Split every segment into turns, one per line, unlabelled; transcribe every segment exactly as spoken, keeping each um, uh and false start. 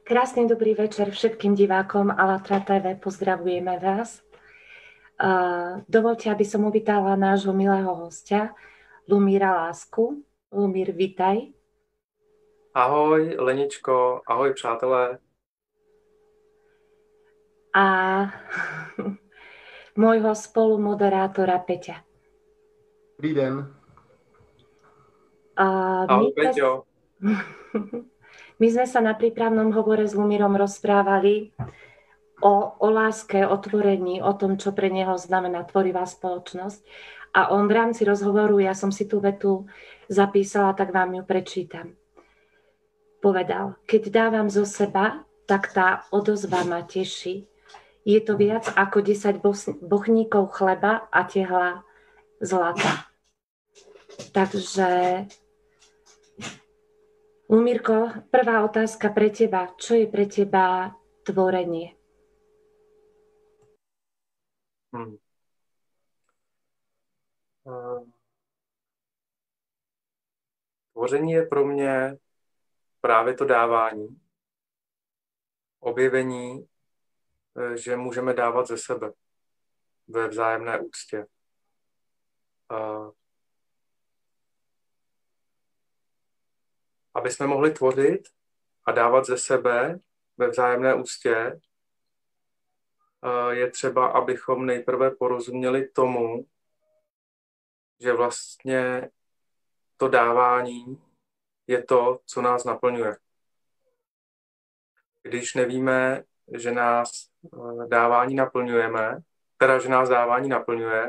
Krásny dobrý večer všetkým divákom Alatra té vé, pozdravujeme vás. Dovolte, aby som uvítala nášho milého hostia, Lumíra Lásku. Lumír, vitaj.
Ahoj, Leničko, ahoj, přátelé.
A môjho spolumoderátora Peťa.
Dobrý den.
A
Ahoj,
my,
Peťo.
my sme sa na prípravnom hovore s Lumírom rozprávali o, o láske, o tvorení, o tom, čo pre neho znamená tvorivá spoločnosť. A on v rámci rozhovoru, ja som si tú vetu zapísala, tak vám ju prečítam. Povedal, keď dávam zo seba, tak tá odozva ma teší. Je to viac ako desať bochníkov chleba a tehla zlata. Takže, Lumírko, prvá otázka pre teba. Čo je pre teba tvorenie?
Hmm. Uh, tvoření je pro mě právě to dávání, objevení, že můžeme dávat ze sebe ve vzájemné úctě. Uh, aby jsme mohli tvořit a dávat ze sebe ve vzájemné úctě, uh, je třeba, abychom nejprve porozuměli tomu, že vlastně to dávání je to, co nás naplňuje. Když nevíme, že nás dávání naplňujeme, teda, že nás dávání naplňuje,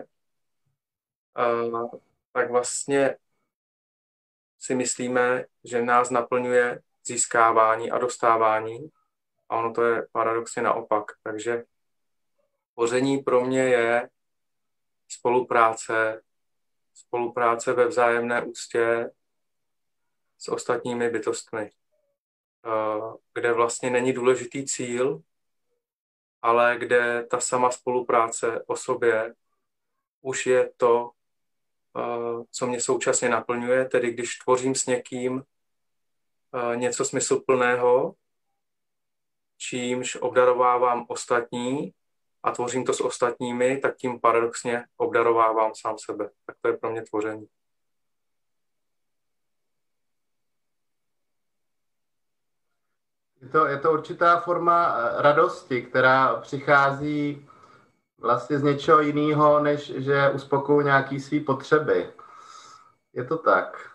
tak vlastně si myslíme, že nás naplňuje získávání a dostávání a ono to je paradoxně naopak. Takže tvoření pro mě je spolupráce, spolupráce ve vzájemné úctě s ostatními bytostmi, kde vlastně není důležitý cíl, ale kde ta sama spolupráce o sobě už je to, co mě současně naplňuje, tedy když tvořím s někým něco smysluplného, čímž obdarovávám ostatní a tvořím to s ostatními, tak tím paradoxně obdarovávám sám sebe. Tak to je pro mě tvoření.
Je to, je to určitá forma radosti, která přichází vlastně z něčeho jiného, než že uspokojí nějaké své potřeby. Je to tak.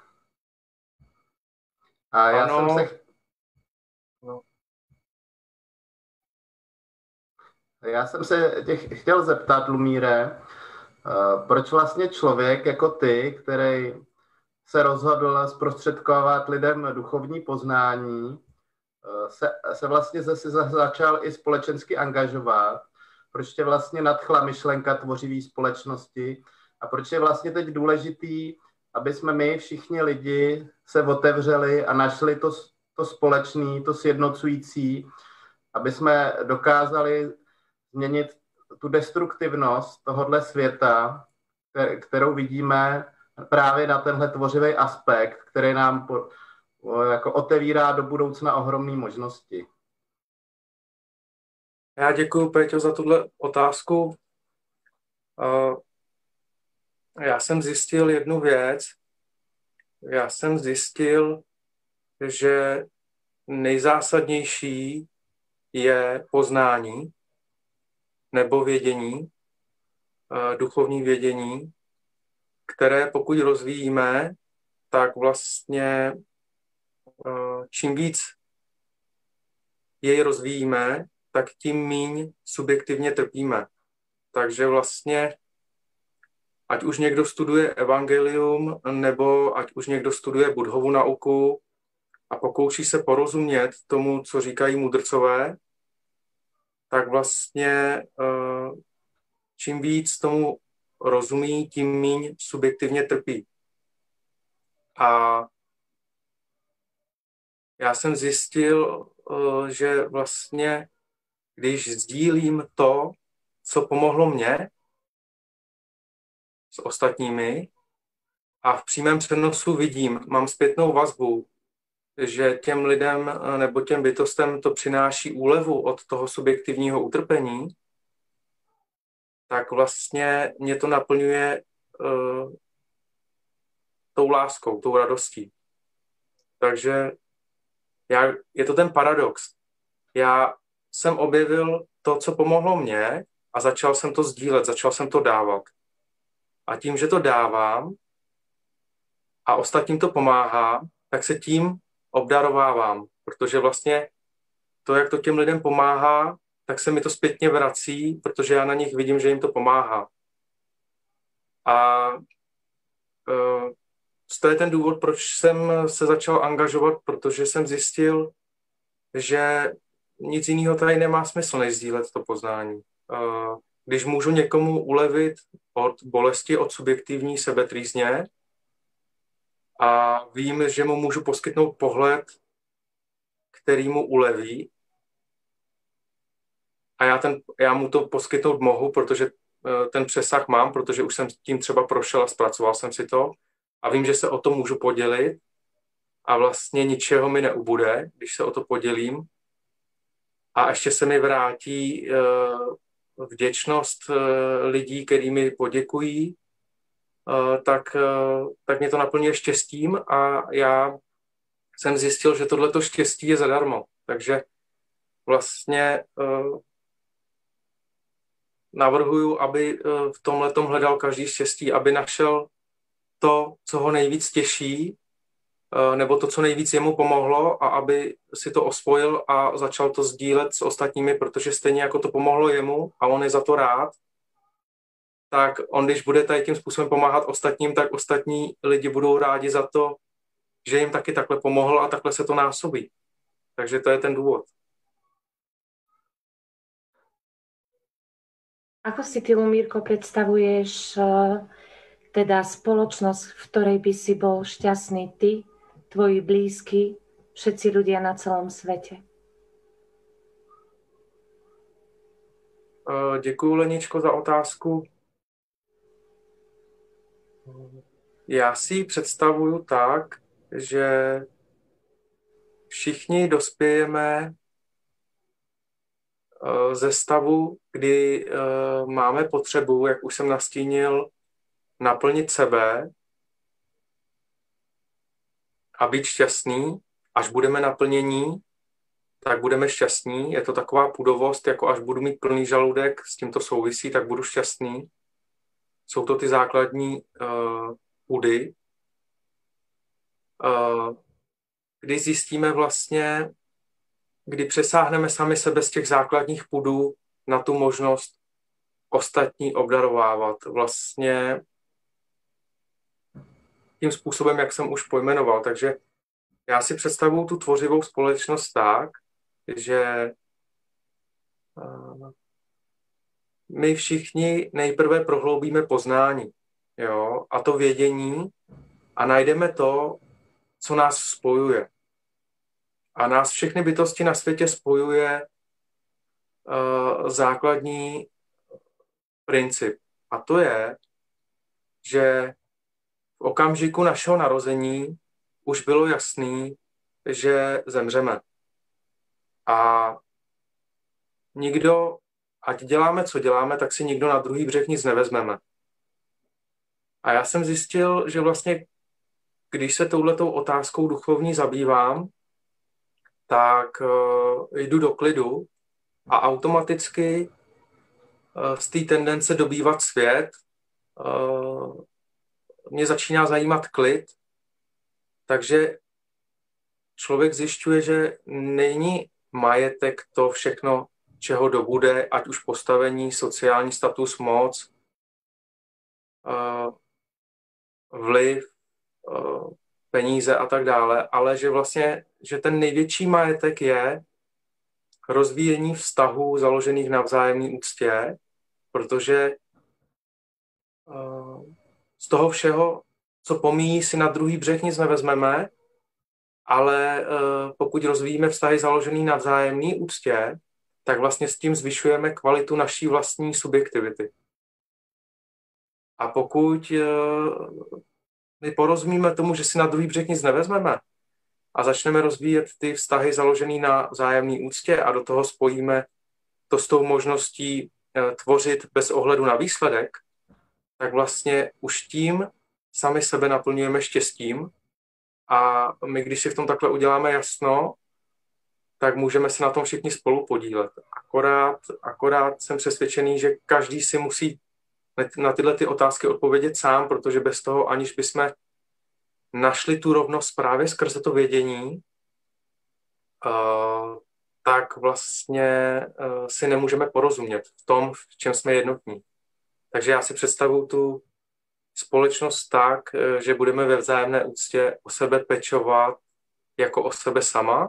A já
ano.
jsem se...
No.
Já jsem se tě chtěl zeptat, Lumíre, proč vlastně člověk jako ty, který se rozhodl zprostředkovat lidem duchovní poznání, se, se vlastně zase začal i společensky angažovat, proč tě vlastně nadchla myšlenka tvořivý společnosti a proč je vlastně teď důležitý, aby jsme my všichni lidi se otevřeli a našli to, to společný, to sjednocující, aby jsme dokázali změnit tu destruktivnost tohohle světa, kterou vidíme právě na tenhle tvořivý aspekt, který nám po, jako otevírá do budoucna ohromné možnosti.
Já děkuji, Péťo, za tuhle otázku. Já jsem zjistil jednu věc. Já jsem zjistil, že nejzásadnější je poznání nebo vědění, duchovní vědění, které pokud rozvíjíme, tak vlastně čím víc jej rozvíjíme, tak tím míň subjektivně trpíme. Takže vlastně, ať už někdo studuje evangelium, nebo ať už někdo studuje Budhovu nauku a pokouší se porozumět tomu, co říkají mudrcové, tak vlastně čím víc tomu rozumí, tím míň subjektivně trpí. A já jsem zjistil, že vlastně, když sdílím to, co pomohlo mně s ostatními a v přímém přenosu vidím, mám zpětnou vazbu že těm lidem nebo těm bytostem to přináší úlevu od toho subjektivního utrpení, tak vlastně mě to naplňuje uh, tou láskou, tou radostí. Takže já, je to ten paradox. Já jsem objevil to, co pomohlo mně a začal jsem to sdílet, začal jsem to dávat. A tím, že to dávám a ostatním to pomáhá, tak se tím obdarovávám, protože vlastně to, jak to těm lidem pomáhá, tak se mi to zpětně vrací, protože já na nich vidím, že jim to pomáhá. A uh, to je ten důvod, proč jsem se začal angažovat, protože jsem zjistil, že nic jiného tady nemá smysl, než sdílet to poznání. Uh, když můžu někomu ulevit od bolesti, od subjektivní sebetrýzně a vím, že mu můžu poskytnout pohled, který mu uleví, a já, ten, já mu to poskytnout mohu, protože uh, ten přesah mám, protože už jsem tím třeba prošel a zpracoval jsem si to a vím, že se o to můžu podělit a vlastně ničeho mi neubude, když se o to podělím. A ještě se mi vrátí uh, vděčnost uh, lidí, který mi poděkují, uh, tak, uh, tak mě to naplňuje štěstím a já jsem zjistil, že tohleto štěstí je zadarmo. Takže vlastně uh, navrhuju, aby uh, v tomhletom hledal každý štěstí, aby našel to, co ho nejvíc těší, nebo to, co nejvíc jemu pomohlo a aby si to osvojil a začal to sdílet s ostatními, protože stejně jako to pomohlo jemu a on je za to rád, tak on, když bude tady tím způsobem pomáhat ostatním, tak ostatní lidi budou rádi za to, že jim taky takhle pomohl a takhle se to násobí. Takže to je ten důvod.
Ako si ty, Lumírko, predstavuješ teda spoločnosť, v ktorej by si bol šťastný ty, tvoji blízky, všetci ľudia na celom svete?
Děkuju, Leničko, za otázku. Já si ji představuju tak, že všichni dospějeme ze stavu, kdy máme potřebu, jak už jsem nastínil, naplnit sebe a být šťastný. Až budeme naplnění, tak budeme šťastní. Je to taková pudovost, jako až budu mít plný žaludek, s tím to souvisí, tak budu šťastný. Jsou to ty základní uh, pudy, uh, kdy zjistíme vlastně, kdy přesáhneme sami sebe z těch základních pudů na tu možnost ostatní obdarovávat. Vlastně tím způsobem, jak jsem už pojmenoval. Takže já si představuju tu tvořivou společnost tak, že my všichni nejprve prohloubíme poznání, jo, a to vědění a najdeme to, co nás spojuje. A nás všechny bytosti na světě spojuje uh, základní princip. A to je, že v okamžiku našeho narození už bylo jasný, že zemřeme. A nikdo, ať děláme, co děláme, tak si nikdo na druhý břeh nic nevezmeme. A já jsem zjistil, že vlastně, když se touhletou otázkou duchovní zabývám, tak uh, jdu do klidu a automaticky uh, z té tendence dobývat svět uh, mě začíná zajímat klid, takže člověk zjišťuje, že není majetek to všechno, čeho dobude, ať už postavení, sociální status, moc, uh, vliv, uh, peníze a tak dále, ale že vlastně, že ten největší majetek je rozvíjení vztahů založených na vzájemné úctě, protože uh, z toho všeho, co pomíjí, si na druhý břeh nic nevezmeme, ale uh, pokud rozvíjíme vztahy založené na vzájemné úctě, tak vlastně s tím zvyšujeme kvalitu naší vlastní subjektivity. A pokud uh, my porozumíme tomu, že si na druhý břeh nic nevezmeme, a začneme rozvíjet ty vztahy založené na vzájemné úctě a do toho spojíme to s tou možností tvořit bez ohledu na výsledek, tak vlastně už tím sami sebe naplňujeme štěstím a my, když si v tom takhle uděláme jasno, tak můžeme se na tom všichni spolu podílet. Akorát, akorát jsem přesvědčený, že každý si musí na tyhle ty otázky odpovědět sám, protože bez toho, aniž bychom našli tu rovnost právě skrze to vědění, uh, tak vlastně uh, si nemůžeme porozumět v tom, v čem jsme jednotní. Takže já si představuju tu společnost tak, že budeme ve vzájemné úctě o sebe pečovat jako o sebe sama.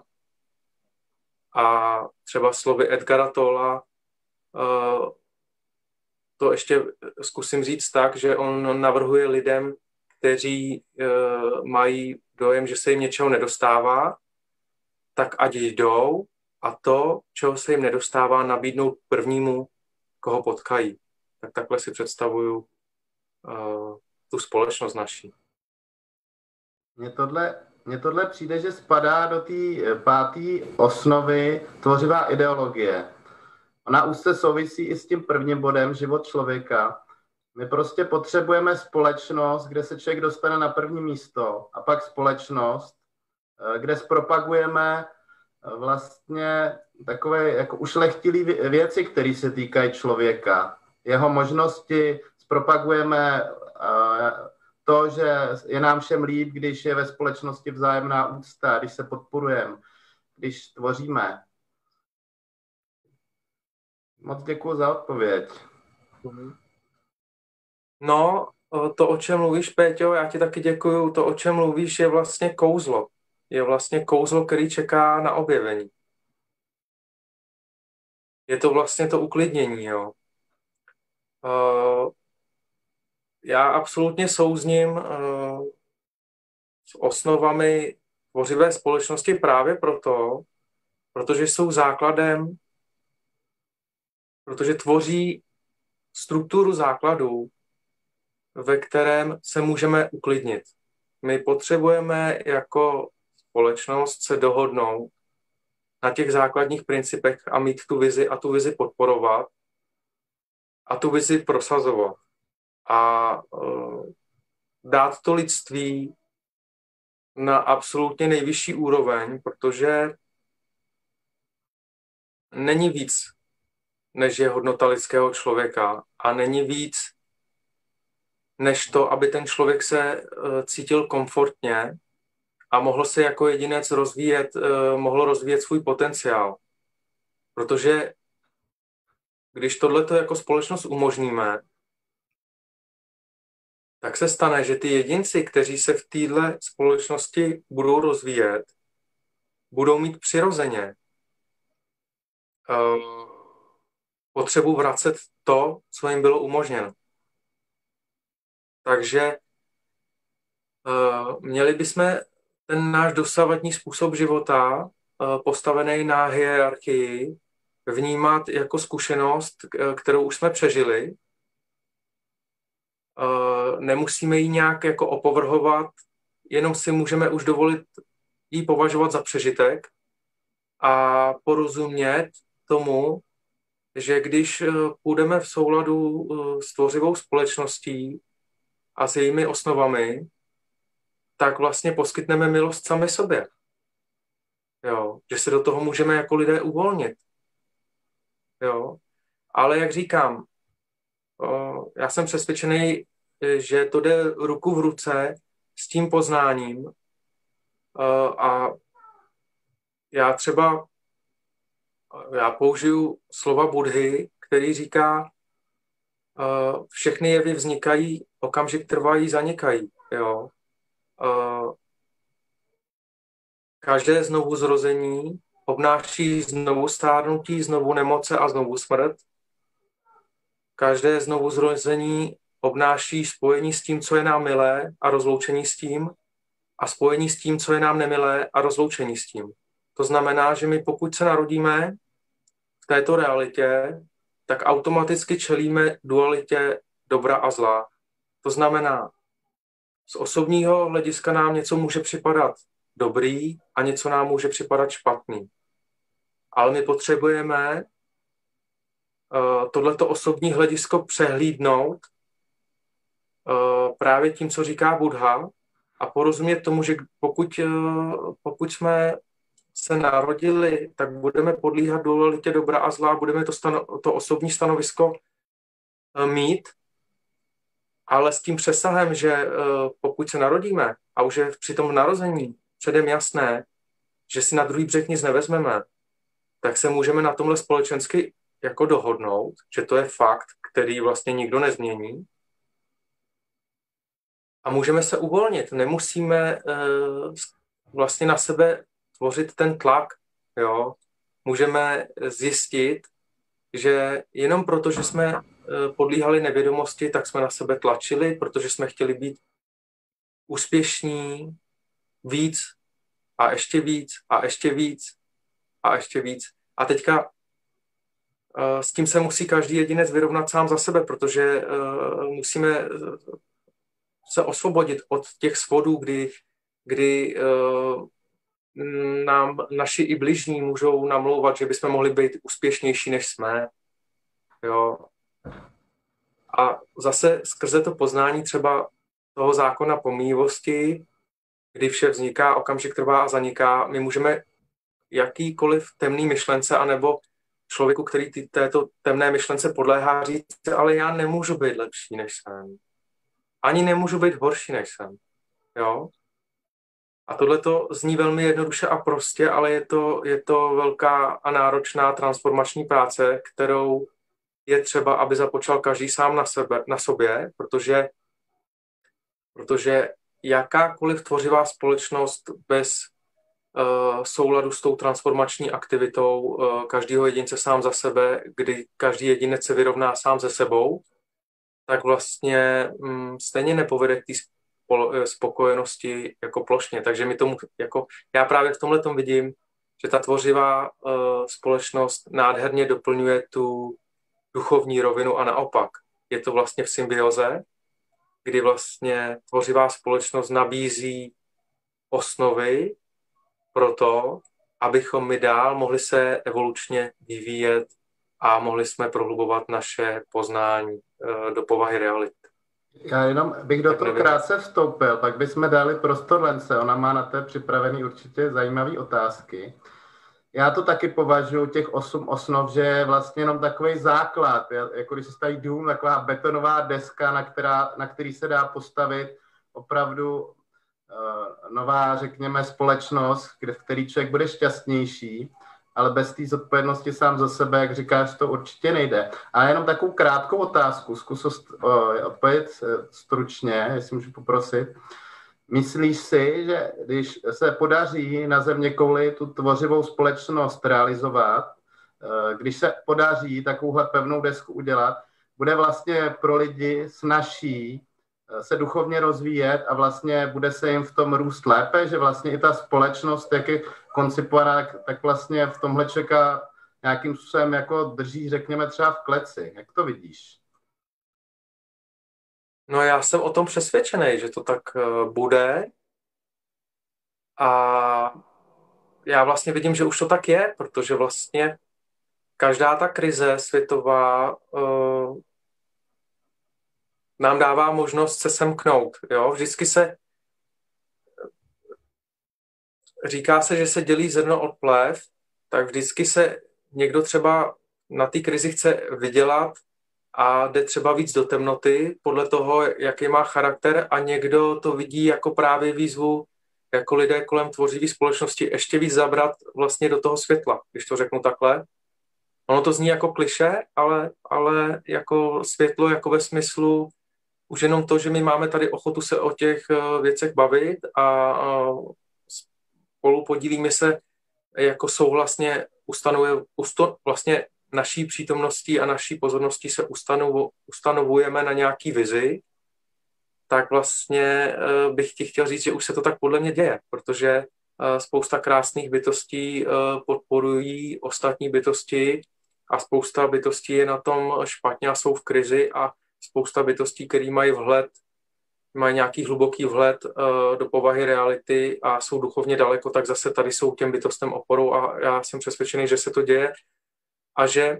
A třeba slovy Edgara Tolla uh, to ještě zkusím říct tak, že on navrhuje lidem, kteří uh, mají dojem, že se jim něčeho nedostává, tak ať jdou a to, čeho se jim nedostává, nabídnout prvnímu, koho potkají. Tak takhle si představuju uh, tu společnost naší.
Mně tohle, mně tohle přijde, že spadá do té páté osnovy tvořivá ideologie. Ona úzce souvisí i s tím prvním bodem, život člověka. My prostě potřebujeme společnost, kde se člověk dostane na první místo, a pak společnost, kde zpropagujeme vlastně takové jako ušlechtilé věci, které se týkají člověka. Jeho možnosti, zpropagujeme to, že je nám všem líp, když je ve společnosti vzájemná úcta, když se podporujeme, když tvoříme. Moc děkuji za odpověď.
No, to, o čem mluvíš, Péťo, já ti taky děkuju. To, o čem mluvíš, je vlastně kouzlo. Je vlastně kouzlo, který čeká na objevení. Je to vlastně to uklidnění, jo. Uh, já absolutně souzním uh, s osnovami tvořivé společnosti právě proto, protože jsou základem, protože tvoří strukturu základů, ve kterém se můžeme uklidnit. My potřebujeme jako společnost se dohodnout na těch základních principech a mít tu vizi a tu vizi podporovat a tu vizi prosazovat. A uh, dát to lidství na absolutně nejvyšší úroveň, protože není víc, než je hodnota lidského člověka a není víc, než to, aby ten člověk se uh, cítil komfortně a mohl se jako jedinec rozvíjet, uh, mohl rozvíjet svůj potenciál. Protože když tohleto jako společnost umožníme, tak se stane, že ty jedinci, kteří se v téhle společnosti budou rozvíjet, budou mít přirozeně uh, potřebu vracet to, co jim bylo umožněno. Takže uh, měli bychom ten náš dosavadní způsob života, uh, postavený na hierarchii, vnímat jako zkušenost, kterou už jsme přežili. Uh, nemusíme ji nějak jako opovrhovat, jenom si můžeme už dovolit ji považovat za přežitek a porozumět tomu, že když uh, půjdeme v souladu uh, s tvořivou společností a s jejími osnovami, tak vlastně poskytneme milost sami sobě. Jo, že se do toho můžeme jako lidé uvolnit. Jo, ale jak říkám, uh, já jsem přesvědčený, že to jde ruku v ruce s tím poznáním uh, a já třeba já použiju slova Buddhy, který říká, uh, všechny jevy vznikají, okamžik trvají, zanikají. Jo. Uh, každé znovu zrození obnáší znovu stárnutí, znovu nemoce a znovu smrt. Každé znovu zrození obnáší spojení s tím, co je nám milé a rozloučení s tím a spojení s tím, co je nám nemilé a rozloučení s tím. To znamená, že my pokud se narodíme v této realitě, tak automaticky čelíme dualitě dobra a zla. To znamená, z osobního hlediska nám něco může připadat dobrý a něco nám může připadat špatný. Ale my potřebujeme uh, tohleto osobní hledisko přehlídnout uh, právě tím, co říká Buddha, a porozumět tomu, že pokud, uh, pokud jsme se narodili, tak budeme podlíhat dualitě dobra a zla, budeme to, stano, to osobní stanovisko uh, mít, ale s tím přesahem, že uh, pokud se narodíme a už je při tom narození předem jasné, že si na druhý břeh nic nevezmeme, tak se můžeme na tomhle společensky jako dohodnout, že to je fakt, který vlastně nikdo nezmění. A můžeme se uvolnit. Nemusíme uh, vlastně na sebe tvořit ten tlak. Jo? Můžeme zjistit, že jenom proto, že jsme uh, podlíhali nevědomosti, tak jsme na sebe tlačili, protože jsme chtěli být úspěšní víc a ještě víc a ještě víc a ještě víc. A teďka uh, s tím se musí každý jedinec vyrovnat sám za sebe, protože uh, musíme se osvobodit od těch svodů, kdy, kdy uh, nám naši i bližní můžou namlouvat, že bychom mohli být úspěšnější, než jsme. Jo. A zase skrze to poznání třeba toho zákona pomíjivosti, kdy vše vzniká, okamžik trvá a zaniká, my můžeme jakýkoliv temný myšlence, anebo člověku, který ty, této temné myšlence podléhá, říct, ale já nemůžu být lepší, než jsem. Ani nemůžu být horší, než jsem. Jo? A tohle to zní velmi jednoduše a prostě, ale je to, je to velká a náročná transformační práce, kterou je třeba, aby započal každý sám na, sebe, na sobě, protože, protože jakákoliv tvořivá společnost bez uh, souladu s tou transformační aktivitou uh, každého jedince sám za sebe, kdy každý jedinec se vyrovná sám se sebou, tak vlastně um, stejně nepovede k té spokojenosti jako plošně. Takže mi tomu, jako, já právě v tomhletom vidím, že ta tvořivá uh, společnost nádherně doplňuje tu duchovní rovinu a naopak. Je to vlastně v symbioze, kdy vlastně tvořivá společnost nabízí osnovy pro to, abychom my dál mohli se evolučně vyvíjet a mohli jsme prohlubovat naše poznání uh, do povahy reality.
Já jenom bych do toho krátce vstoupil, pak bychom dali prostor Lence, ona má na to připravený určitě zajímavé otázky. Já to taky považuji, těch osm osnov, že je vlastně jenom takový základ, jako když se staví dům, taková betonová deska, na, která, na který se dá postavit opravdu uh, nová, řekněme, společnost, kde, v který člověk bude šťastnější, ale bez té zodpovědnosti sám za sebe, jak říkáš, to určitě nejde. A jenom takovou krátkou otázku, zkus odpovědět stručně, jestli můžu poprosit. Myslíš si, že když se podaří na zeměkouli tu tvořivou společnost realizovat, když se podaří takovouhle pevnou desku udělat, bude vlastně pro lidi snazší se duchovně rozvíjet a vlastně bude se jim v tom růst lépe, že vlastně i ta společnost, jak je koncipovaná, tak vlastně v tomhle čeká nějakým způsobem jako drží, řekněme, třeba v kleci. Jak to vidíš?
No já jsem o tom přesvědčený, že to tak bude a já vlastně vidím, že už to tak je, protože vlastně každá ta krize světová uh, nám dává možnost se semknout. Jo? Vždycky se říká se, že se dělí zrno od plév, tak vždycky se někdo třeba na té krizi chce vydělat a jde třeba víc do temnoty podle toho, jaký má charakter a někdo to vidí jako právě výzvu, jako lidé kolem tvořivé společnosti ještě víc zabrat vlastně do toho světla, když to řeknu takhle. Ono to zní jako klišé, ale, ale jako světlo, jako ve smyslu už jenom to, že my máme tady ochotu se o těch věcech bavit a spolu podílíme se, jako souhlasně ustanovuje, usto, vlastně naší přítomností a naší pozorností se ustanovu, ustanovujeme na nějaký vizi, tak vlastně bych ti chtěl říct, že už se to tak podle mě děje, protože spousta krásných bytostí podporují ostatní bytosti a spousta bytostí je na tom špatně a jsou v krizi a spousta bytostí, které mají vhled mají nějaký hluboký vhled uh, do povahy reality a jsou duchovně daleko, tak zase tady jsou těm bytostem oporou a já jsem přesvědčený, že se to děje a že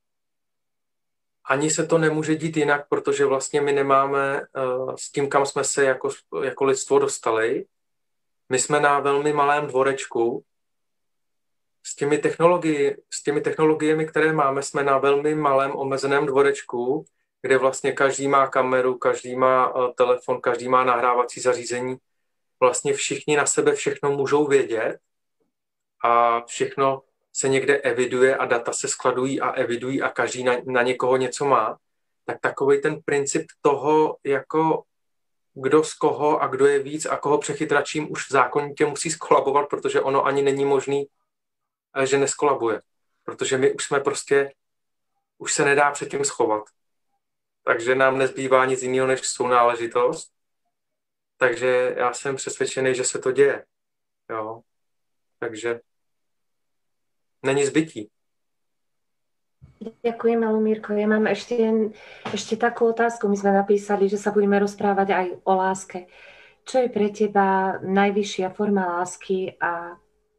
ani se to nemůže dít jinak, protože vlastně my nemáme uh, s tím, kam jsme se jako, jako lidstvo dostali. My jsme na velmi malém dvorečku. S těmi, technologi- s těmi technologiemi, které máme, jsme na velmi malém omezeném dvorečku, kde vlastně každý má kameru, každý má uh, telefon, každý má nahrávací zařízení. Vlastně všichni na sebe všechno můžou vědět a všechno se někde eviduje a data se skladují a evidují a každý na, na někoho něco má, tak takový ten princip toho, jako kdo z koho a kdo je víc a koho přechytračím, už zákonitě musí skolabovat, protože ono ani není možný, že neskolabuje. Protože my už jsme prostě, už se nedá před tím schovat. Takže nám nezbývá nic jiného než sounáležitost. Takže já jsem přesvědčený, že se to děje. Jo. Takže není zbytí.
Ďakujem, Lumírko. Ja mám ešte, ešte takú otázku. My sme napísali, že sa budeme rozprávať aj o láske. Čo je pre teba najvyššia forma lásky a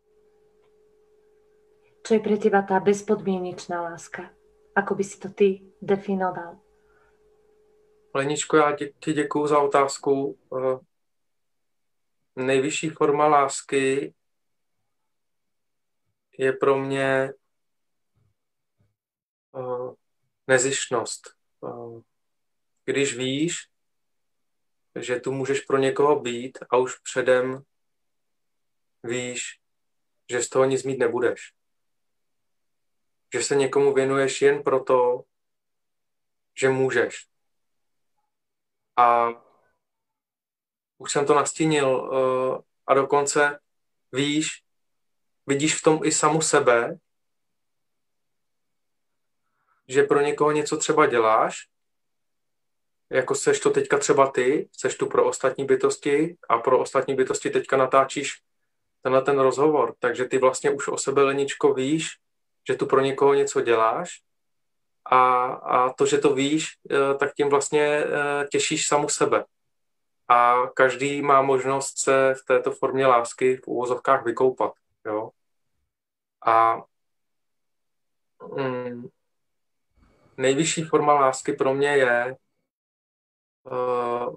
čo je pre teba tá bezpodmienečná láska? Ako by si to ty definoval?
Leničko, já ti děkuju za otázku. Nejvyšší forma lásky je pro mě uh, nezištnost. Uh, když víš, že tu můžeš pro někoho být a už předem víš, že z toho nic mít nebudeš. Že se někomu věnuješ jen proto, že můžeš. A už jsem to nastínil uh, a dokonce víš, vidíš v tom i samu sebe, že pro někoho něco třeba děláš, jako seš to teďka třeba ty, seš tu pro ostatní bytosti a pro ostatní bytosti teďka natáčíš tenhle ten rozhovor. Takže ty vlastně už o sebe, Leničko, víš, že tu pro někoho něco děláš a, a to, že to víš, tak tím vlastně těšíš samu sebe. A každý má možnost se v této formě lásky v uvozovkách vykoupat. Jo? A mm, nejvyšší forma lásky pro mě je, uh,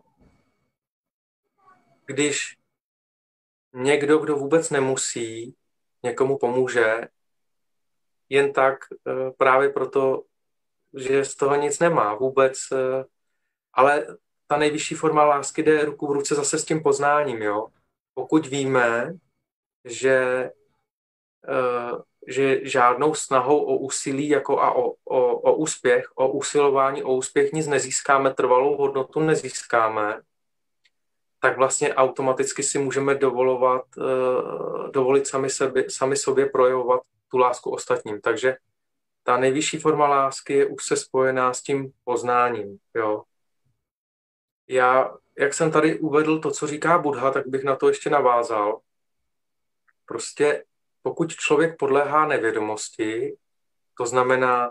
když někdo, kdo vůbec nemusí, někomu pomůže, jen tak uh, právě proto, že z toho nic nemá vůbec. Uh, ale ta nejvyšší forma lásky jde ruku v ruce zase s tím poznáním. Jo? Pokud víme, že Uh, že žádnou snahou o úsilí jako a o, o, o úspěch, o usilování o úspěch nic nezískáme, trvalou hodnotu nezískáme, tak vlastně automaticky si můžeme dovolovat, uh, dovolit sami, sebe, sami sobě projevovat tu lásku ostatním. Takže ta nejvyšší forma lásky je už se spojená s tím poznáním. Jo. Já, jak jsem tady uvedl to, co říká Buddha, tak bych na to ještě navázal. Prostě pokud člověk podléhá nevědomosti, to znamená,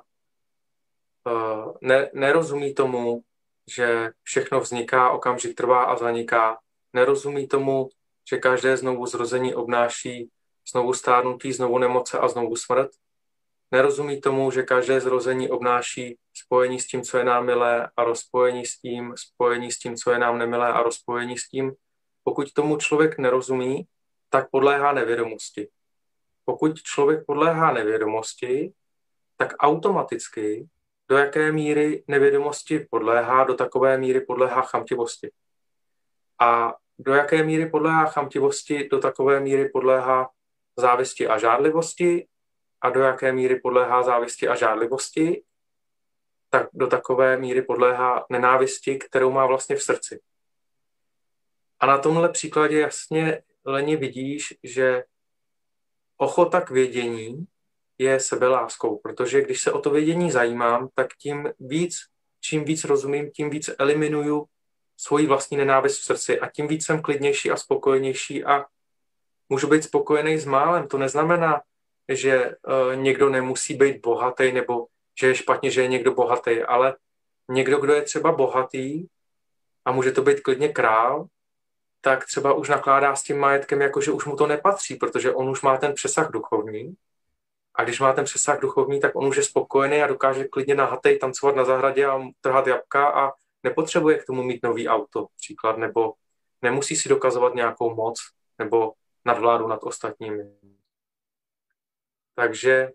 ne, nerozumí tomu, že všechno vzniká, okamžik trvá a zaniká, nerozumí tomu, že každé znovu zrození obnáší znovu stárnutí, znovu nemoce a znovu smrt, nerozumí tomu, že každé zrození obnáší spojení s tím, co je nám milé a rozpojení s tím, spojení s tím, co je nám nemilé a rozpojení s tím. Pokud tomu člověk nerozumí, tak podléhá nevědomosti. Pokud člověk podléhá nevědomosti, tak automaticky do jaké míry nevědomosti podléhá, do takové míry podléhá chamtivosti. A do jaké míry podléhá chamtivosti, do takové míry podléhá závisti a žádlivosti a do jaké míry podléhá závisti a žádlivosti, tak do takové míry podléhá nenávisti, kterou má vlastně v srdci. A na tomhle příkladě jasně, Leni, vidíš, že ochota k vědění je sebeláskou, protože když se o to vědění zajímám, tak tím víc, čím víc rozumím, tím víc eliminuju svoji vlastní nenávist v srdci a tím víc jsem klidnější a spokojenější a můžu být spokojený s málem. To neznamená, že uh, někdo nemusí být bohatý nebo že je špatně, že je někdo bohatý, ale někdo, kdo je třeba bohatý, a může to být klidně král, tak třeba už nakládá s tím majetkem, jako že už mu to nepatří, protože on už má ten přesah duchovní. A když má ten přesah duchovní, tak on už je spokojený a dokáže klidně nahatej tancovat na zahradě a trhat jabka a nepotřebuje k tomu mít nový auto, příklad, nebo nemusí si dokazovat nějakou moc nebo nadvládu nad ostatními. Takže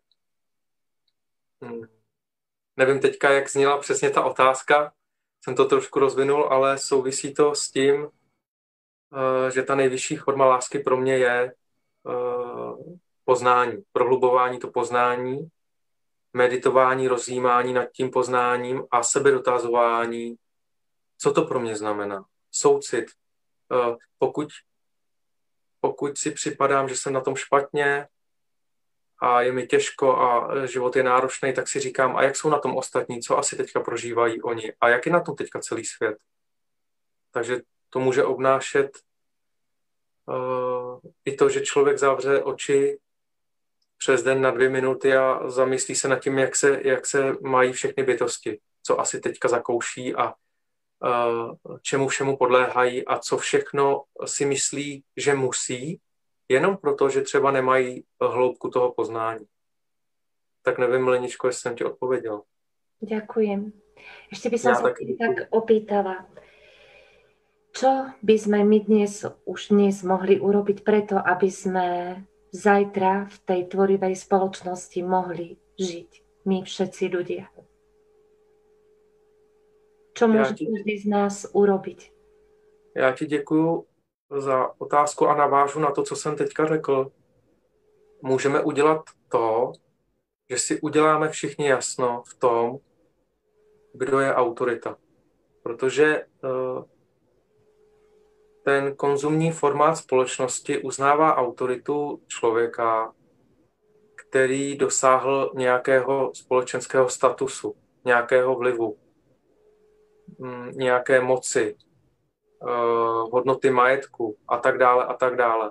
nevím teďka, jak zněla přesně ta otázka, jsem to trošku rozvinul, ale souvisí to s tím, že ta nejvyšší forma lásky pro mě je poznání, prohlubování to poznání, meditování, rozjímání nad tím poznáním a sebedotazování, co to pro mě znamená. Soucit. Pokud, pokud si připadám, že jsem na tom špatně a je mi těžko a život je náročný, tak si říkám, a jak jsou na tom ostatní, co asi teďka prožívají oni a jak je na tom teďka celý svět. Takže to může obnášet uh, i to, že člověk zavře oči přes den na dvě minuty a zamyslí se nad tím, jak se, jak se mají všechny bytosti, co asi teďka zakouší a uh, čemu všemu podléhají a co všechno si myslí, že musí, jenom proto, že třeba nemají hloubku toho poznání. Tak nevím, Leničko, jestli jsem ti odpověděl.
Ďakujem. Ešte by som sa tak opýtala, čo by sme my dnes, už dnes mohli urobiť preto, aby sme zajtra v tej tvorivej spoločnosti mohli žiť, my všetci ľudia? Čo môže každý z nás urobiť?
Já ti děkuju za otázku a navážu na to, co jsem teďka řekl. Můžeme udělat to, že si uděláme všichni jasno v tom, kdo je autorita. Protože uh, ten konzumní formát společnosti uznává autoritu člověka, který dosáhl nějakého společenského statusu, nějakého vlivu, m, nějaké moci, uh, hodnoty majetku a tak dále a tak dále.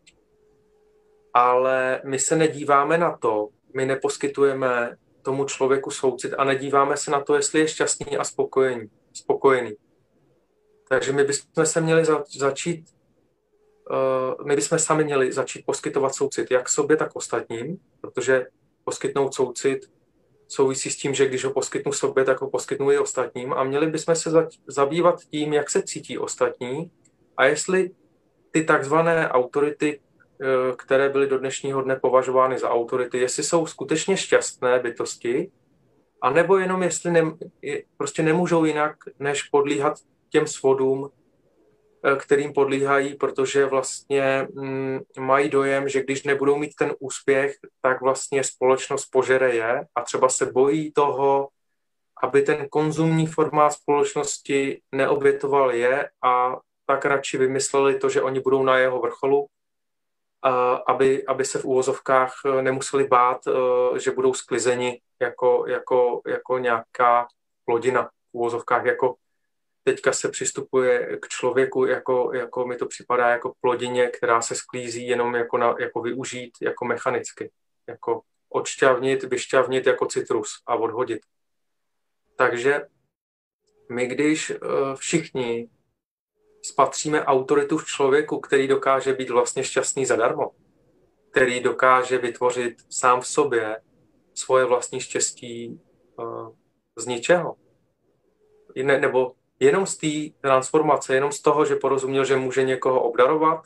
Ale my se nedíváme na to, my neposkytujeme tomu člověku soucit a nedíváme se na to, jestli je šťastný a spokojený. spokojený. Takže my bychom se měli za, začít, uh, my bychom sami měli začít poskytovat soucit jak sobě, tak ostatním, protože poskytnout soucit souvisí s tím, že když ho poskytnu sobě, tak ho poskytnu i ostatním a měli bychom se za, zabývat tím, jak se cítí ostatní a jestli ty takzvané autority, které byly do dnešního dne považovány za autority, jestli jsou skutečně šťastné bytosti, anebo jenom jestli ne, prostě nemůžou jinak, než podlíhat těm svodům, kterým podlíhají, protože vlastně mm, mají dojem, že když nebudou mít ten úspěch, tak vlastně společnost požere je a třeba se bojí toho, aby ten konzumní formát společnosti neobětoval je a tak radši vymysleli to, že oni budou na jeho vrcholu, Aby, aby se v úvozovkách nemuseli bát, že budou sklizeni jako, jako, jako nějaká plodina v úvozovkách. Jako teďka se přistupuje k člověku, jako, jako mi to připadá jako plodině, která se sklízí jenom jako, na, jako využít jako mechanicky. Jako odšťavnit, vyšťavnit jako citrus a odhodit. Takže my když všichni spatříme autoritu v člověku, který dokáže být vlastně šťastný zadarmo, který dokáže vytvořit sám v sobě svoje vlastní štěstí uh, z ničeho. Ne, nebo jenom z té transformace, jenom z toho, že porozuměl, že může někoho obdarovat,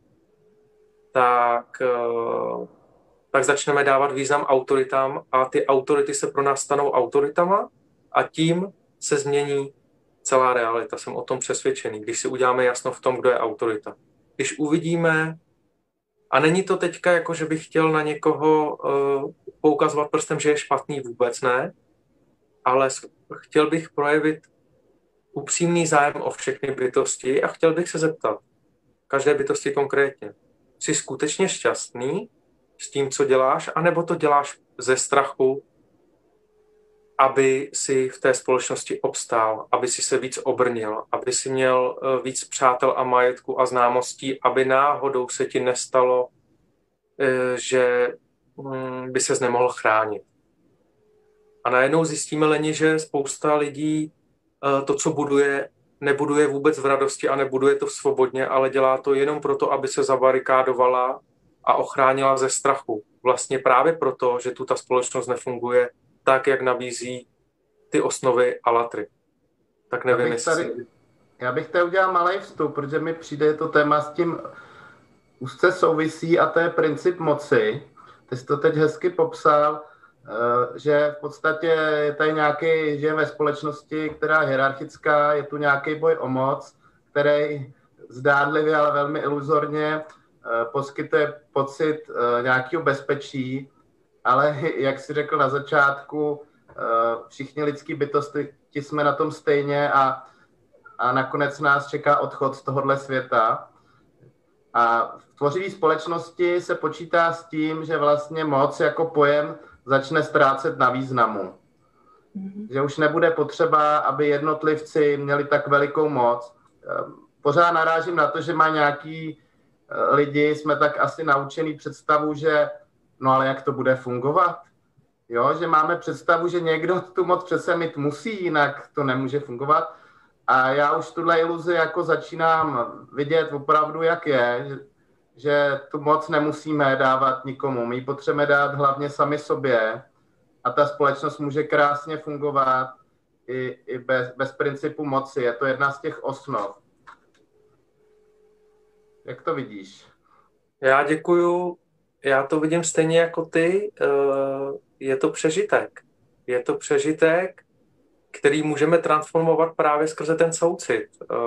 tak, uh, tak začneme dávat význam autoritám a ty autority se pro nás stanou autoritama a tím se změní celá realita. Jsem o tom přesvědčený, když si uděláme jasno v tom, kdo je autorita. Když uvidíme, a není to teďka jako, že bych chtěl na někoho uh, poukazovat prstem, že je špatný, vůbec ne, ale chtěl bych projevit upřímný zájem o všechny bytosti a chtěl bych se zeptat, každé bytosti konkrétně, jsi skutečně šťastný s tím, co děláš, anebo to děláš ze strachu, aby si v té společnosti obstál, aby si se víc obrnil, aby si měl víc přátel a majetku a známostí, aby náhodou se ti nestalo, že by ses nemohl chránit. A najednou zjistíme, Leni, že spousta lidí to, co buduje, nebuduje vůbec v radosti a nebuduje to svobodně, ale dělá to jenom proto, aby se zabarikádovala a ochránila ze strachu. Vlastně právě proto, že tu ta společnost nefunguje tak, jak nabízí ty osnovy Allatry. Tak nevím,
já bych
jestli...
tady, já bych tady udělal malý vstup, protože mi přijde to téma s tím úzce souvisí a to je princip moci. Ty jsi to teď hezky popsal, že v podstatě je tady nějaký, žijeme ve společnosti, která je hierarchická, je tu nějaký boj o moc, který zdánlivě, ale velmi iluzorně poskytuje pocit nějakého bezpečí, ale jak jsi řekl na začátku, všichni lidský bytosti jsme na tom stejně a, a nakonec nás čeká odchod z tohohle světa. A v tvořivé společnosti se počítá s tím, že vlastně moc jako pojem začne ztrácet na významu. Mm-hmm. Že už nebude potřeba, aby jednotlivci měli tak velikou moc. Pořád narážím na to, že má nějaký lidi, jsme tak asi naučený představu, že no ale jak to bude fungovat? Jo, že máme představu, že někdo tu moc přece mít musí, jinak to nemůže fungovat. A já už tuhle iluzi jako začínám vidět opravdu, jak je, že, že tu moc nemusíme dávat nikomu. My ji potřebujeme dát hlavně sami sobě a ta společnost může krásně fungovat i, i bez, bez principu moci. Je to jedna z těch osnov. Jak to vidíš?
Já děkuju. Já to vidím stejně jako ty. Je to přežitek. Je to přežitek, který můžeme transformovat právě skrze ten soucit.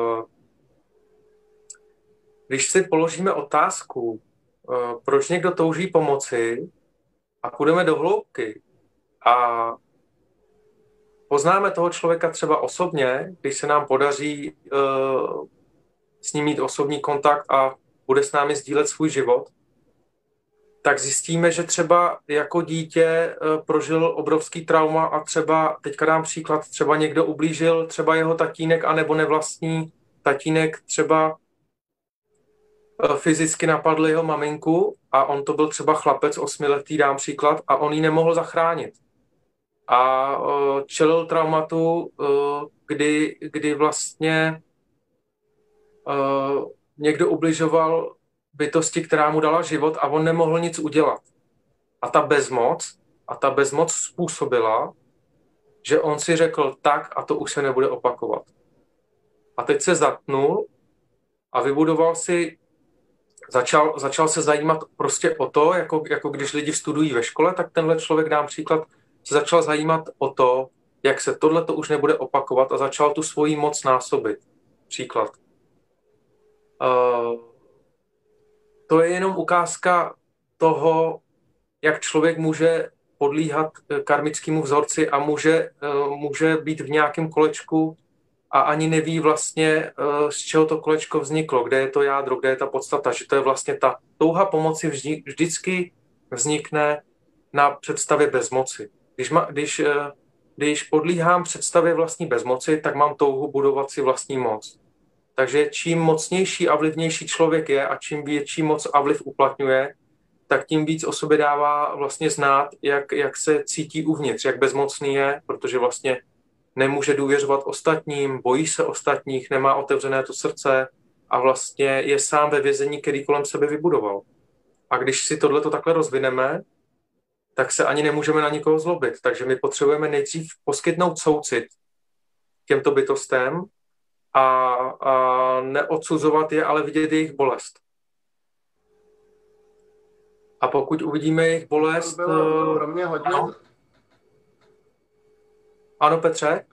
Když si položíme otázku, proč někdo touží pomoci a půjdeme do hloubky a poznáme toho člověka třeba osobně, když se nám podaří s ním mít osobní kontakt a bude s námi sdílet svůj život, tak zjistíme, že třeba jako dítě prožil obrovský trauma a třeba, teďka dám příklad, třeba někdo ublížil, třeba jeho tatínek, anebo nevlastní tatínek třeba fyzicky napadl jeho maminku a on to byl třeba chlapec osmiletý, dám příklad, a on ji nemohl zachránit. A čelil traumatu, kdy, kdy vlastně někdo ubližoval bytosti, která mu dala život a on nemohl nic udělat. A ta bezmoc, a ta bezmoc způsobila, že on si řekl tak a to už se nebude opakovat. A teď se zatnul a vybudoval si, začal, začal se zajímat prostě o to, jako, jako když lidi studují ve škole, tak tenhle člověk, dám příklad, se začal zajímat o to, jak se tohle to už nebude opakovat a začal tu svoji moc násobit. Příklad. Uh, To je jenom ukázka toho, jak člověk může podlíhat karmickému vzorci a může, může být v nějakém kolečku a ani neví vlastně, z čeho to kolečko vzniklo, kde je to jádro, kde je ta podstata, že to je vlastně ta touha pomoci vždycky vznikne na představě bezmoci. Když, ma, když, když podlíhám představě vlastní bezmoci, tak mám touhu budovat si vlastní moc. Takže čím mocnější a vlivnější člověk je a čím větší moc a vliv uplatňuje, tak tím víc o sobě dává vlastně znát, jak, jak se cítí uvnitř, jak bezmocný je, protože vlastně nemůže důvěřovat ostatním, bojí se ostatních, nemá otevřené to srdce a vlastně je sám ve vězení, který kolem sebe vybudoval. A když si tohleto takhle rozvineme, tak se ani nemůžeme na nikoho zlobit. Takže my potřebujeme nejdřív poskytnout soucit těmto bytostem, A, a neodsuzovat je, ale vidět jejich bolest. A pokud uvidíme jejich bolest...
To bylo pro mě hodně...
Ano, ano Petře?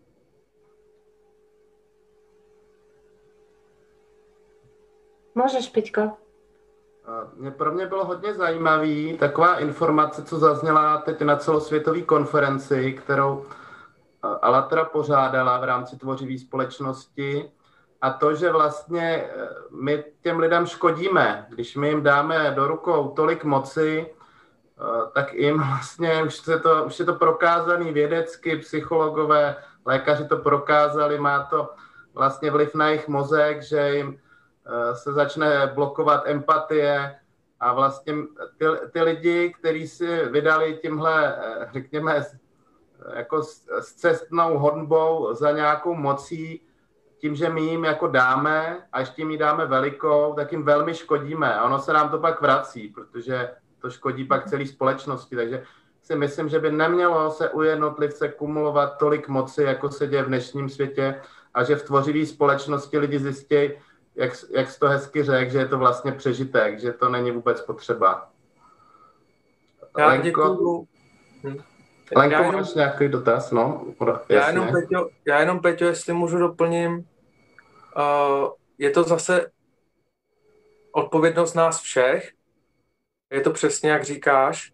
Můžeš, Peťko.
Pro mě bylo hodně zajímavý taková informace, co zazněla teď na celosvětové konferenci, kterou Allatra pořádala v rámci tvořivé společnosti, a to, že vlastně my těm lidem škodíme. Když my jim dáme do rukou tolik moci, tak jim vlastně už, se to, už je to prokázaný vědecky, psychologové, lékaři to prokázali, má to vlastně vliv na jejich mozek, že jim se začne blokovat empatie a vlastně ty, ty lidi, kteří si vydali tímhle, řekněme, jako s cestnou honbou za nějakou mocí, tím, že my jim jako dáme a ještě jim ji dáme velikou, tak jim velmi škodíme. A ono se nám to pak vrací, protože to škodí pak celé společnosti. Takže si myslím, že by nemělo se u jednotlivce kumulovat tolik moci, jako se děje v dnešním světě, a že v tvořivé společnosti lidi zjistí, jak, jak jsi to hezky řekl, že je to vlastně přežitek, že to není vůbec potřeba.
Já
Lenko,
děkuju. Hm.
Lenko,
já jenom,
máš nějaký dotaz? No,
já, jenom, Peťo, já jenom, Peťo, jestli můžu doplním, uh, je to zase odpovědnost nás všech, je to přesně, jak říkáš,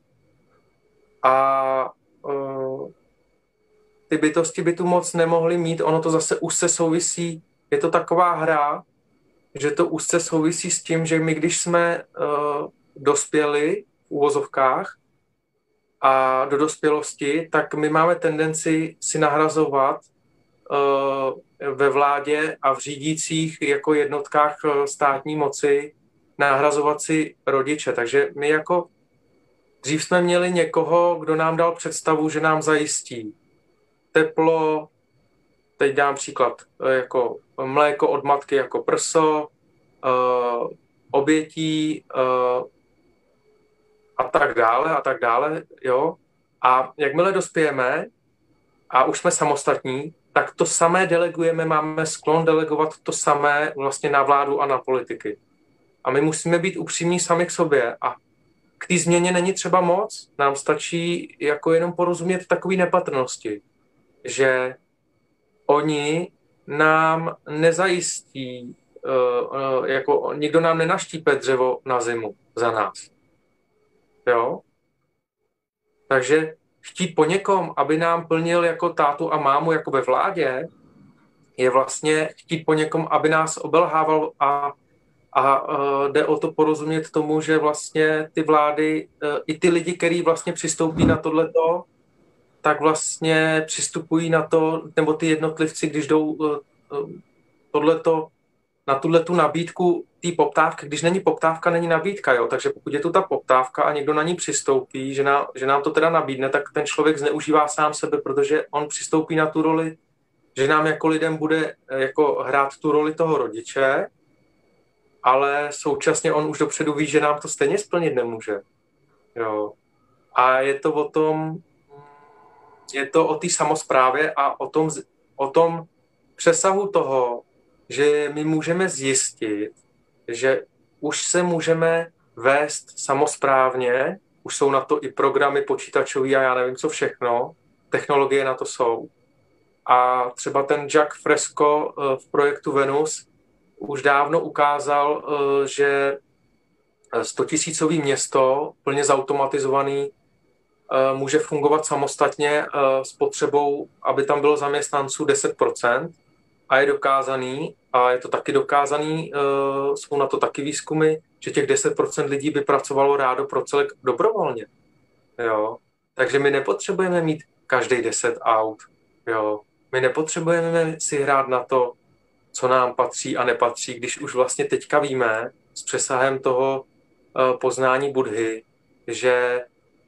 a uh, ty bytosti by tu moc nemohly mít, ono to zase úzce souvisí, je to taková hra, že to úzce souvisí s tím, že my, když jsme uh, dospěli v uvozovkách a do dospělosti, tak my máme tendenci si nahrazovat uh, ve vládě a v řídících jako jednotkách uh, státní moci nahrazovat si rodiče. Takže my jako dřív jsme měli někoho, kdo nám dal představu, že nám zajistí teplo, teď dám příklad, jako mléko od matky jako prso, uh, obětí uh, a tak dále a tak dále, jo. A jakmile dospějeme a už jsme samostatní, tak to samé delegujeme, máme sklon delegovat to samé vlastně na vládu a na politiky. A my musíme být upřímní sami k sobě a k té změně není třeba moc, nám stačí jako jenom porozumět takové nepatrnosti, že oni nám nezajistí, uh, uh, jako nikdo nám nenaštípe dřevo na zimu za nás. Jo? Takže chtít po někom, aby nám plnil jako tátu a mámu jako ve vládě, je vlastně chtít po někom, aby nás obelhával a, a uh, jde o to porozumět tomu, že vlastně ty vlády, uh, i ty lidi, kteří vlastně přistoupí na tohleto, tak vlastně přistupují na to, nebo ty jednotlivci, když jdou uh, uh, tohleto, na tuhletu nabídku té poptávky, když není poptávka, není nabídka, jo? Takže pokud je tu ta poptávka a někdo na ní přistoupí, že, na, že nám to teda nabídne, tak ten člověk zneužívá sám sebe, protože on přistoupí na tu roli, že nám jako lidem bude jako hrát tu roli toho rodiče, ale současně on už dopředu ví, že nám to stejně splnit nemůže. Jo? A je to o tom, je to o té samosprávě a o tom, o tom přesahu toho, že my můžeme zjistit, že už se můžeme vést samosprávně, už jsou na to i programy počítačové a já nevím co všechno, technologie na to jsou. A třeba ten Jack Fresco v projektu Venus už dávno ukázal, že stotisícový město, plně zautomatizovaný, může fungovat samostatně s potřebou, aby tam bylo zaměstnanců deset procent a je dokázaný, a je to taky dokázaný, jsou na to taky výzkumy, že těch deset procent lidí by pracovalo rádo pro celek dobrovolně. Jo? Takže my nepotřebujeme mít každý deset aut. Jo? My nepotřebujeme si hrát na to, co nám patří a nepatří, když už vlastně teďka víme s přesahem toho poznání Buddhy, že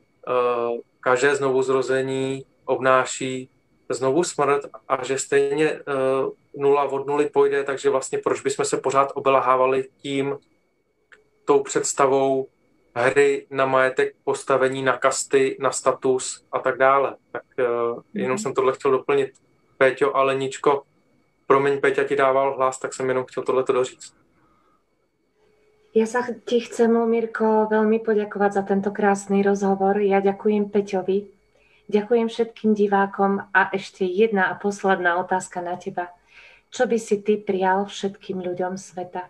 každé znovuzrození obnáší znovu smrt a že stejně nula od nuly pojde, takže vlastně proč bychom se pořád obelhávali tím, tou představou hry na majetek, postavení, na kasty, na status a tak dále. Tak jenom mm. jsem tohle chtěl doplnit. Péťo a Leničko, promiň, Péťa ti dával hlas, tak jsem jenom chtěl tohleto doříct.
Ja sa ti chcem, Mirko, veľmi poďakovať za tento krásny rozhovor. Ja ďakujem Peťovi, ďakujem všetkým divákom a ešte jedna a posledná otázka na teba. Čo by si ty prijal všetkým ľuďom sveta?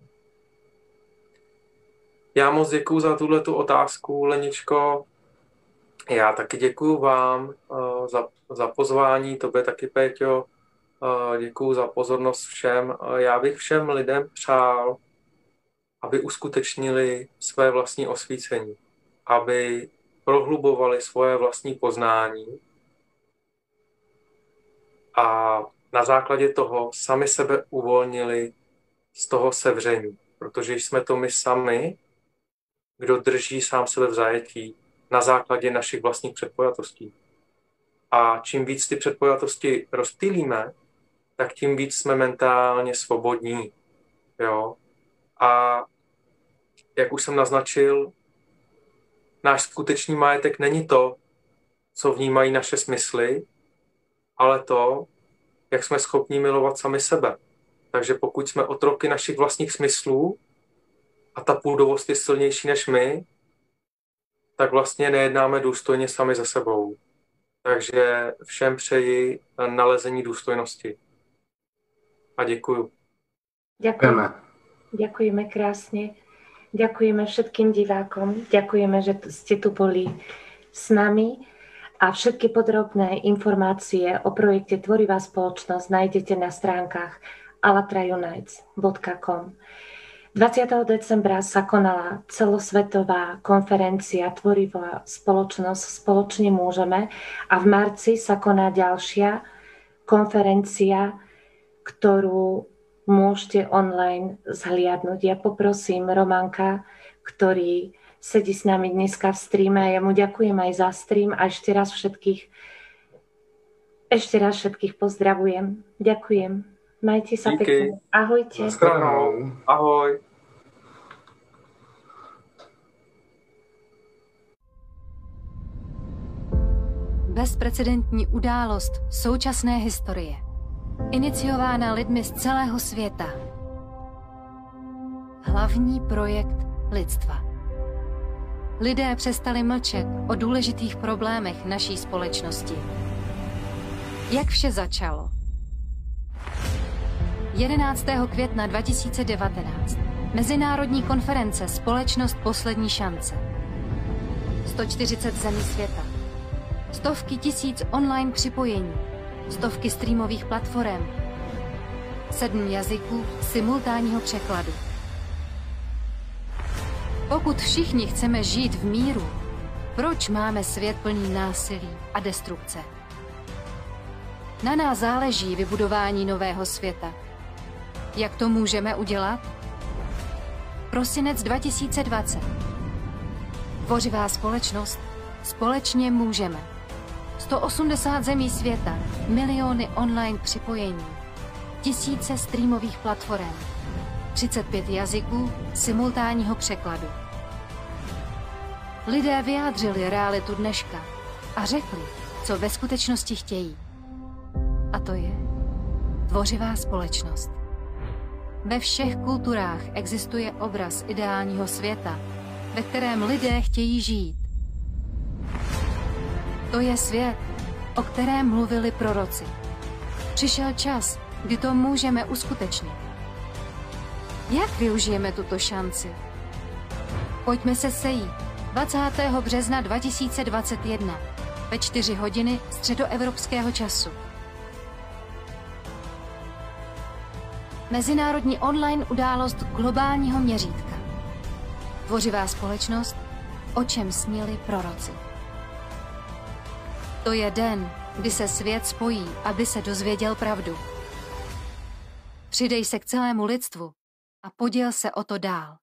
Já moc děkuju za tuhletu otázku, Leničko. Já taky děkuju vám uh, za, za pozvání, tobě taky, Péťo. Uh, děkuju za pozornost všem. Uh, já bych všem lidem přál, aby uskutečnili své vlastní osvícení, aby prohlubovali svoje vlastní poznání a na základě toho sami sebe uvolnili z toho sevření, protože jsme to my sami, kdo drží sám sebe v zajetí na základě našich vlastních předpojatostí. A čím víc ty předpojatosti rozptýlíme, tak tím víc jsme mentálně svobodní. Jo? A jak už jsem naznačil, náš skutečný majetek není to, co vnímají naše smysly, ale to, jak jsme schopni milovat sami sebe. Takže pokud jsme otroky našich vlastních smyslů a ta půdovost je silnější než my, tak vlastně nejednáme důstojně sami za sebou. Takže všem přeji nalezení důstojnosti. A děkuju.
Ďakujeme. Ďakujeme krásne. Ďakujeme všetkým divákom. Ďakujeme, že ste tu boli s nami. A všetky podrobné informácie o projekte Tvorivá spoločnosť nájdete na stránkach allatra unites bodka com. dvadsiateho decembra sa konala celosvetová konferencia Tvorivá spoločnosť Spoločne môžeme a v marci sa koná ďalšia konferencia, ktorú môžete online zhliadnúť. Ja poprosím Romanka, ktorý sedí s nami dneska v streame, a ja mu ďakujem aj za stream a ešte raz všetkých ešte raz všetkých pozdravujem. Ďakujem. Majte sa
Díky.
pekne. Ahojte.
Naschledanou. Ahoj.
Bezprecedentní událost současné historie. Iniciována lidmi z celého světa. Hlavní projekt lidstva. Lidé přestali mlčet o důležitých problémech naší společnosti. Jak vše začalo? jedenáctého května dva tisíce devatenáct. Mezinárodní konference Společnost poslední šance. sto čtyřicet zemí světa. Stovky tisíc online připojení. Stovky streamových platform. Sedm jazyků simultánního překladu. Pokud všichni chceme žít v míru, proč máme svět plný násilí a destrukce? Na nás záleží vybudování nového světa. Jak to můžeme udělat? Prosinec dva tisíce dvacet. Tvořivá společnost. Společně můžeme. sto osmdesát zemí světa, miliony online připojení, tisíce streamových platform, třicet pět jazyků simultánního překladu. Lidé vyjádřili realitu dneška a řekli, co ve skutečnosti chtějí. A to je tvořivá společnost. Ve všech kulturách existuje obraz ideálního světa, ve kterém lidé chtějí žít. To je svět, o kterém mluvili proroci. Přišel čas, kdy to můžeme uskutečnit. Jak využijeme tuto šanci? Pojďme se sejít dvacátého března dva tisíce dvacet jedna ve čtyři hodiny středoevropského času. Mezinárodní online událost globálního měřítka. Tvořivá společnost, o čem snili proroci. To je den, kdy se svět spojí, aby se dozvěděl pravdu. Přidej se k celému lidstvu a poděl se o to dál.